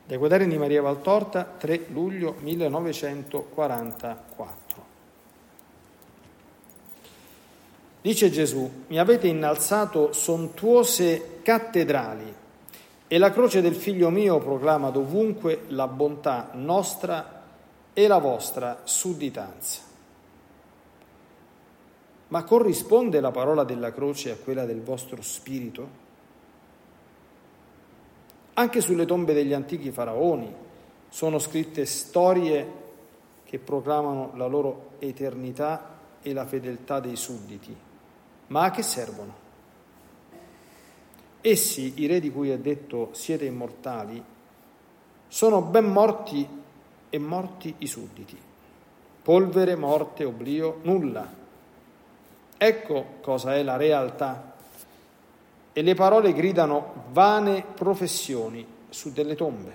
Dai Quaderni di Maria Valtorta, 3 luglio 1944. Dice Gesù: mi avete innalzato sontuose cattedrali e la croce del Figlio mio proclama dovunque la bontà nostra e la vostra sudditanza. Ma corrisponde la parola della croce a quella del vostro spirito? Anche sulle tombe degli antichi faraoni sono scritte storie che proclamano la loro eternità e la fedeltà dei sudditi. Ma a che servono? Essi, i re di cui è detto siete immortali, sono ben morti e morti i sudditi. Polvere, morte, oblio, nulla. Ecco cosa è la realtà. E le parole gridano vane professioni su delle tombe.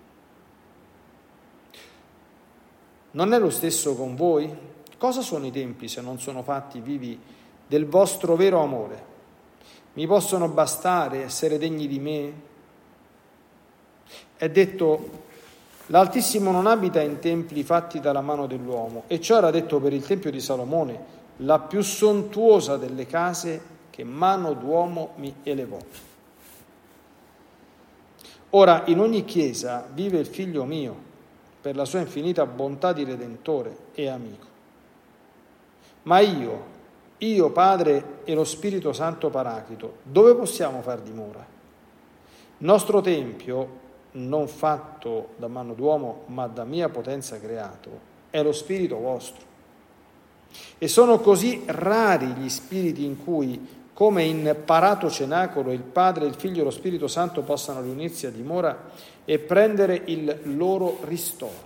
Non è lo stesso con voi? Cosa sono i tempi se non sono fatti vivi del vostro vero amore? Mi possono bastare essere degni di me? È detto: l'Altissimo non abita in templi fatti dalla mano dell'uomo, e ciò era detto per il Tempio di Salomone, la più sontuosa delle case che mano d'uomo mi elevò. Ora in ogni chiesa vive il Figlio mio per la sua infinita bontà di Redentore e amico. Ma io Padre e lo Spirito Santo Paraclito, dove possiamo far dimora? Il nostro Tempio, non fatto da mano d'uomo ma da mia potenza creato, è lo Spirito vostro. E sono così rari gli spiriti in cui, come in parato cenacolo, il Padre, il Figlio e lo Spirito Santo possano riunirsi a dimora e prendere il loro ristoro.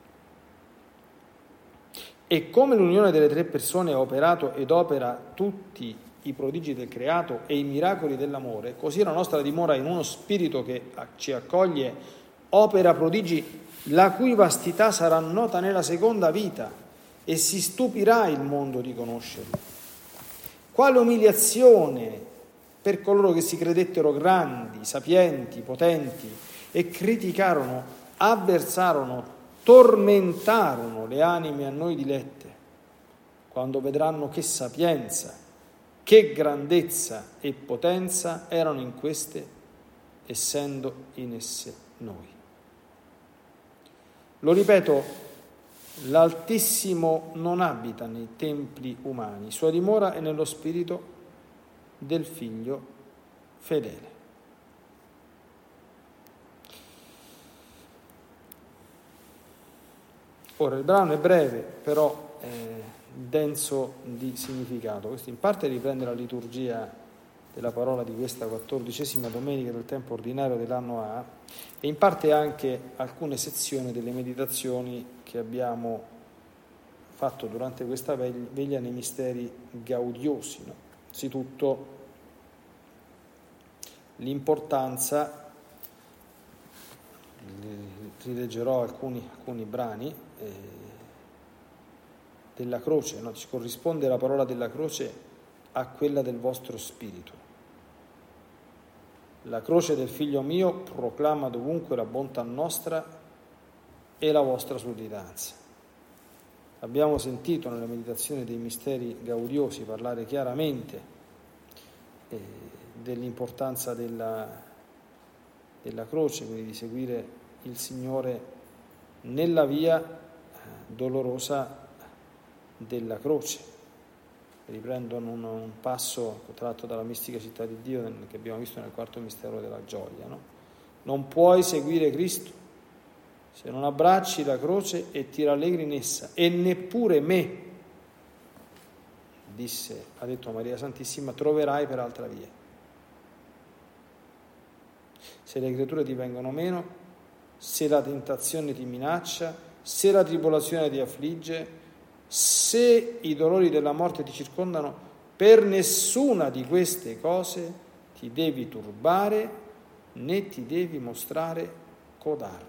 E come l'unione delle tre persone ha operato ed opera tutti i prodigi del creato e i miracoli dell'amore, così la nostra dimora in uno spirito che ci accoglie opera prodigi la cui vastità sarà nota nella seconda vita e si stupirà il mondo di conoscerli. Quale umiliazione per coloro che si credettero grandi, sapienti, potenti e criticarono, avversarono, tormentarono le anime a noi dilette, quando vedranno che sapienza, che grandezza e potenza erano in queste, essendo in esse noi. Lo ripeto, l'Altissimo non abita nei templi umani, sua dimora è nello spirito del Figlio fedele. Ora, il brano è breve, però è denso di significato. Questo in parte riprende la liturgia della parola di questa 14ª domenica del tempo ordinario dell'anno A, e in parte anche alcune sezioni delle meditazioni che abbiamo fatto durante questa veglia nei misteri gaudiosi. No? Anzitutto l'importanza, rileggerò alcuni brani della croce, no? Ci corrisponde la parola della croce a quella del vostro spirito. La croce del Figlio mio proclama dovunque la bontà nostra e la vostra sudditanza. Abbiamo sentito nella meditazione dei misteri gaudiosi parlare chiaramente dell'importanza della croce, quindi di seguire il Signore nella via dolorosa della croce. Riprendono un passo tratto dalla mistica città di Dio che abbiamo visto nel quarto mistero della gioia. No? Non puoi seguire Cristo se non abbracci la croce e ti rallegri in essa, e neppure me, ha detto Maria Santissima, troverai per altra via. Se le creature ti vengono meno, se la tentazione ti minaccia, se la tribolazione ti affligge, se i dolori della morte ti circondano, per nessuna di queste cose ti devi turbare né ti devi mostrare codarda.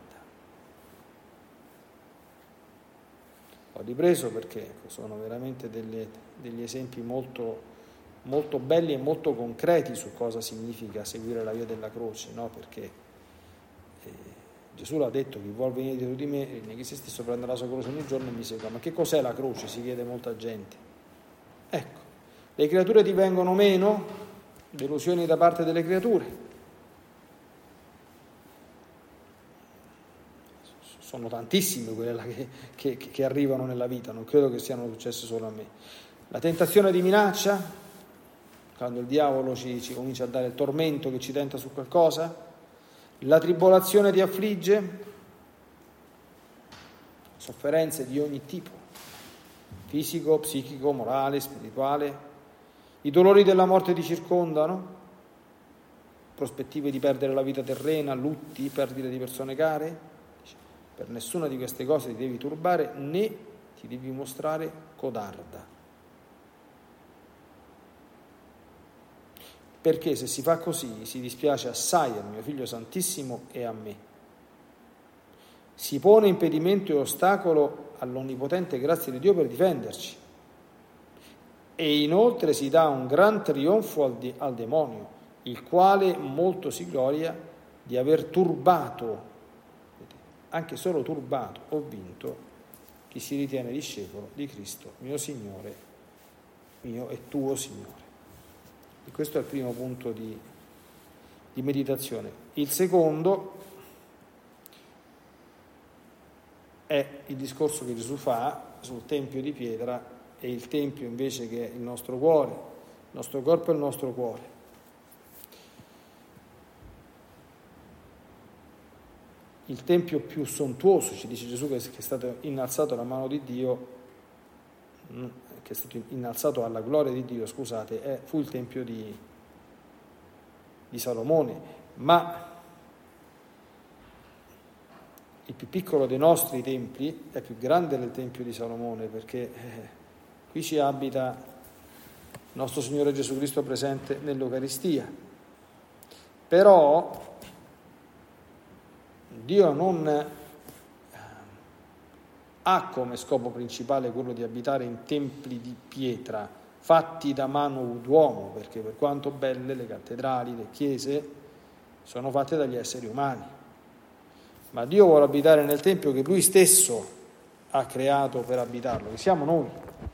Ho ripreso perché sono veramente degli esempi molto, molto belli e molto concreti su cosa significa seguire la via della croce, no? Perché Gesù l'ha detto: chi vuol venire dietro di me, neghi se stesso, prenderà la sua croce ogni giorno e mi segua. Ma che cos'è la croce? Si chiede molta gente. Ecco, le creature divengono meno, delusioni da parte delle creature. Sono tantissime quelle là che arrivano nella vita, non credo che siano successe solo a me. La tentazione di minaccia, quando il diavolo ci comincia a dare il tormento che ci tenta su qualcosa. La tribolazione ti affligge, sofferenze di ogni tipo, fisico, psichico, morale, spirituale. I dolori della morte ti circondano, prospettive di perdere la vita terrena, lutti, perdite di persone care. Per nessuna di queste cose ti devi turbare, né ti devi mostrare codarda. Perché se si fa così si dispiace assai al mio Figlio Santissimo e a me. Si pone impedimento e ostacolo all'onnipotente grazia di Dio per difenderci. E inoltre si dà un gran trionfo al demonio, il quale molto si gloria di aver turbato, anche solo turbato o vinto, chi si ritiene discepolo di Cristo, mio Signore, mio e tuo Signore. E questo è il primo punto di meditazione. Il secondo è il discorso che Gesù fa sul Tempio di pietra e il Tempio invece che è il nostro cuore, il nostro corpo e il nostro cuore. Il Tempio più sontuoso, ci dice Gesù, che è stato innalzato alla mano di Dio, che è stato innalzato alla gloria di Dio, scusate, fu il Tempio di Salomone, ma il più piccolo dei nostri templi è più grande del Tempio di Salomone, perché qui ci abita il nostro Signore Gesù Cristo presente nell'Eucaristia. Però Dio non ha come scopo principale quello di abitare in templi di pietra fatti da mano d'uomo, perché per quanto belle le cattedrali, le chiese sono fatte dagli esseri umani, ma Dio vuole abitare nel Tempio che Lui stesso ha creato per abitarlo, che siamo noi.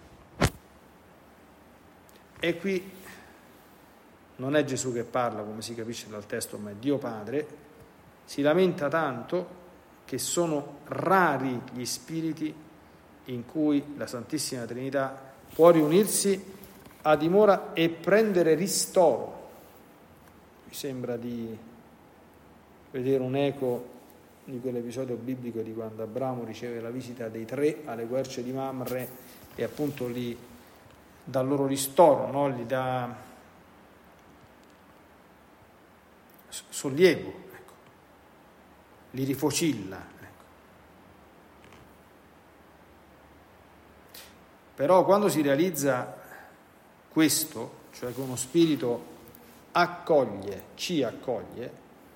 E qui non è Gesù che parla, come si capisce dal testo, ma è Dio Padre. Si lamenta tanto che sono rari gli spiriti in cui la Santissima Trinità può riunirsi a dimora e prendere ristoro. Mi sembra di vedere un eco di quell'episodio biblico di quando Abramo riceve la visita dei tre alle querce di Mamre e appunto lì dà loro ristoro, no? Gli dà sollievo, ecco. Li rifocilla, ecco. Però quando si realizza questo, cioè che uno spirito ci accoglie,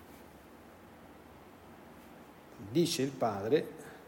dice il Padre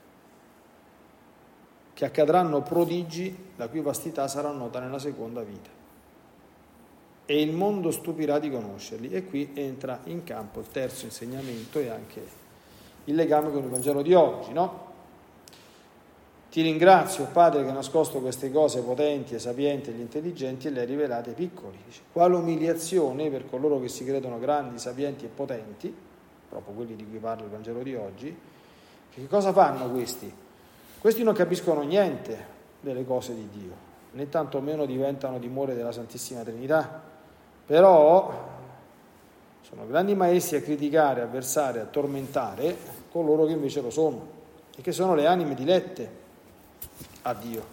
che accadranno prodigi la cui vastità sarà nota nella seconda vita e il mondo stupirà di conoscerli. E qui entra in campo il terzo insegnamento e anche il legame con il Vangelo di oggi, no? Ti ringrazio, Padre, che hai nascosto queste cose potenti e sapienti agli intelligenti e le hai rivelate ai piccoli. Quale umiliazione per coloro che si credono grandi, sapienti e potenti, proprio quelli di cui parla il Vangelo di oggi. Che cosa fanno questi? Questi non capiscono niente delle cose di Dio, né tantomeno diventano dimore della Santissima Trinità, però sono grandi maestri a criticare, a versare, a tormentare coloro che invece lo sono e che sono le anime dilette a Dio.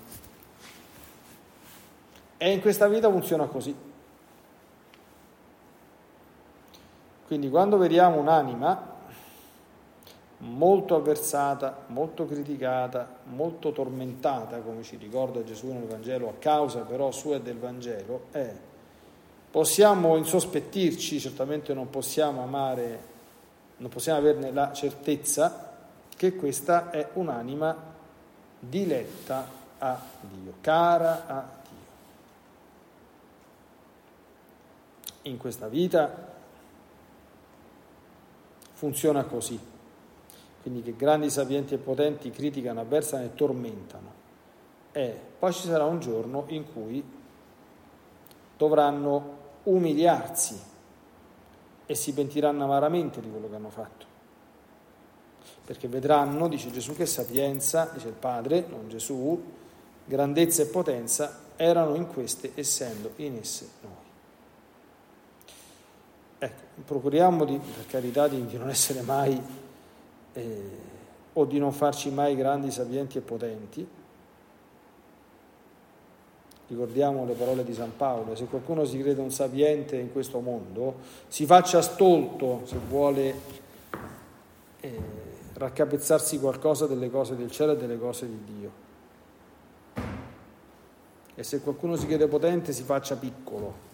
E in questa vita funziona così. Quindi quando vediamo un'anima molto avversata, molto criticata, molto tormentata, come ci ricorda Gesù nel Vangelo, a causa però sua e del Vangelo, possiamo insospettirci, certamente non possiamo averne la certezza che questa è un'anima diletta a Dio, cara a Dio. In questa vita funziona così. quindi che grandi sapienti e potenti criticano, avversano e tormentano. Poi ci sarà un giorno in cui dovranno umiliarsi e si pentiranno amaramente di quello che hanno fatto, perché vedranno, dice Gesù, che sapienza, dice il Padre, non Gesù, grandezza e potenza erano in queste, essendo in esse noi. Ecco, procuriamo per carità di non essere mai o di non farci mai grandi, sapienti e potenti. Ricordiamo le parole di San Paolo: se qualcuno si crede un sapiente in questo mondo, si faccia stolto se vuole raccapezzarsi qualcosa delle cose del cielo e delle cose di Dio. E se qualcuno si crede potente, si faccia piccolo.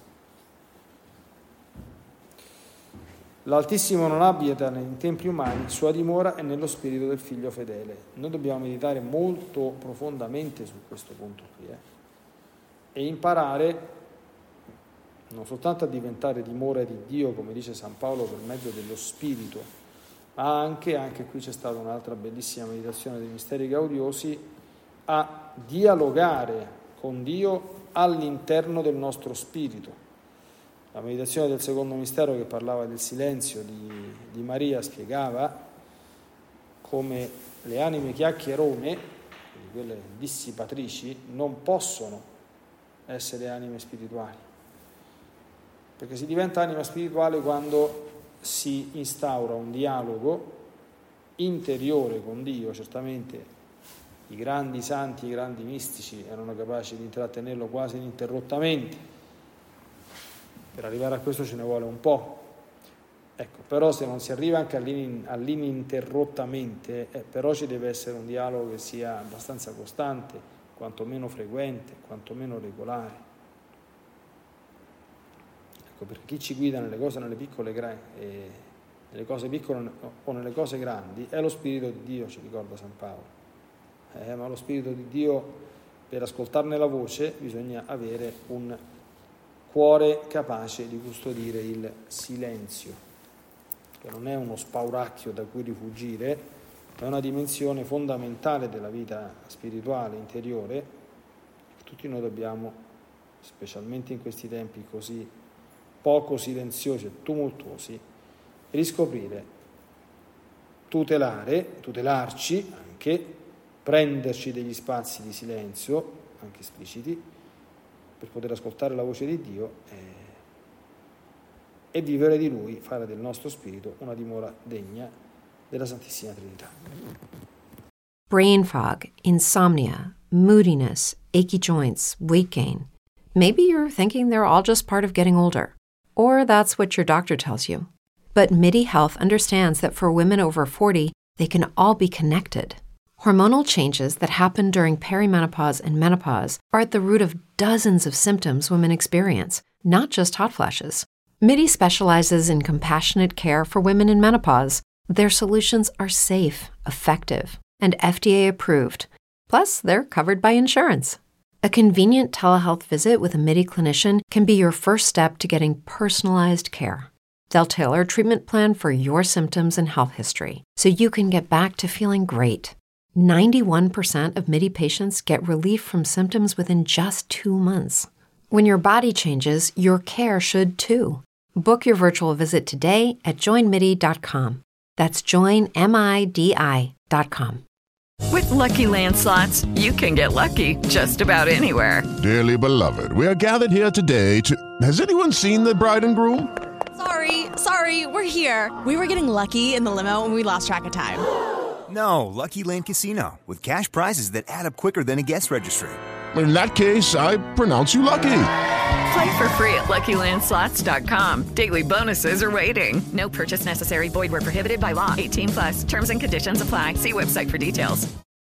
L'Altissimo non abita nei templi umani, sua dimora è nello spirito del Figlio fedele. Noi dobbiamo meditare molto profondamente su questo punto qui, e imparare non soltanto a diventare dimora di Dio, come dice San Paolo, per mezzo dello Spirito, ma anche qui c'è stata un'altra bellissima meditazione dei misteri gaudiosi, a dialogare con Dio all'interno del nostro spirito. La meditazione del secondo mistero, che parlava del silenzio di Maria, spiegava come le anime chiacchierone, quelle dissipatrici, non possono essere anime spirituali, perché si diventa anima spirituale quando si instaura un dialogo interiore con Dio. Certamente i grandi santi, i grandi mistici erano capaci di intrattenerlo quasi ininterrottamente. Per arrivare a questo ce ne vuole un po'. Ecco, però se non si arriva anche all'ininterrottamente, però ci deve essere un dialogo che sia abbastanza costante, quantomeno frequente, quantomeno regolare. Ecco, perché chi ci guida nelle cose piccole o nelle cose grandi è lo Spirito di Dio, ci ricorda San Paolo. Ma lo Spirito di Dio, per ascoltarne la voce, bisogna avere un cuore capace di custodire il silenzio, che non è uno spauracchio da cui rifugire, ma è una dimensione fondamentale della vita spirituale interiore, che tutti noi dobbiamo, specialmente in questi tempi così poco silenziosi e tumultuosi, riscoprire, tutelarci anche, prenderci degli spazi di silenzio, anche espliciti, per poter ascoltare la voce di Dio e vivere di Lui, fare del nostro spirito una dimora degna della Santissima Trinità. Brain fog, insomnia, moodiness, achy joints, weight gain. Maybe you're thinking they're all just part of getting older, or that's what your doctor tells you. But MIDI Health understands that for women over 40, they can all be connected. Hormonal changes that happen during perimenopause and menopause are at the root of dozens of symptoms women experience, not just hot flashes. MIDI specializes in compassionate care for women in menopause. Their solutions are safe, effective, and FDA approved. Plus, they're covered by insurance. A convenient telehealth visit with a MIDI clinician can be your first step to getting personalized care. They'll tailor a treatment plan for your symptoms and health history, so you can get back to feeling great. 91% of MIDI patients get relief from symptoms within just 2 months. When your body changes, your care should too. Book your virtual visit today at joinmidi.com. That's joinmidi.com. With Lucky Land Slots, you can get lucky just about anywhere. Dearly beloved, we are gathered here today to... Has anyone seen the bride and groom? Sorry, we're here. We were getting lucky in the limo and we lost track of time. No, Lucky Land Casino, with cash prizes that add up quicker than a guest registry. In that case, I pronounce you lucky. Play for free at LuckyLandSlots.com. Daily bonuses are waiting. No purchase necessary. Void where prohibited by law. 18+. Terms and conditions apply. See website for details.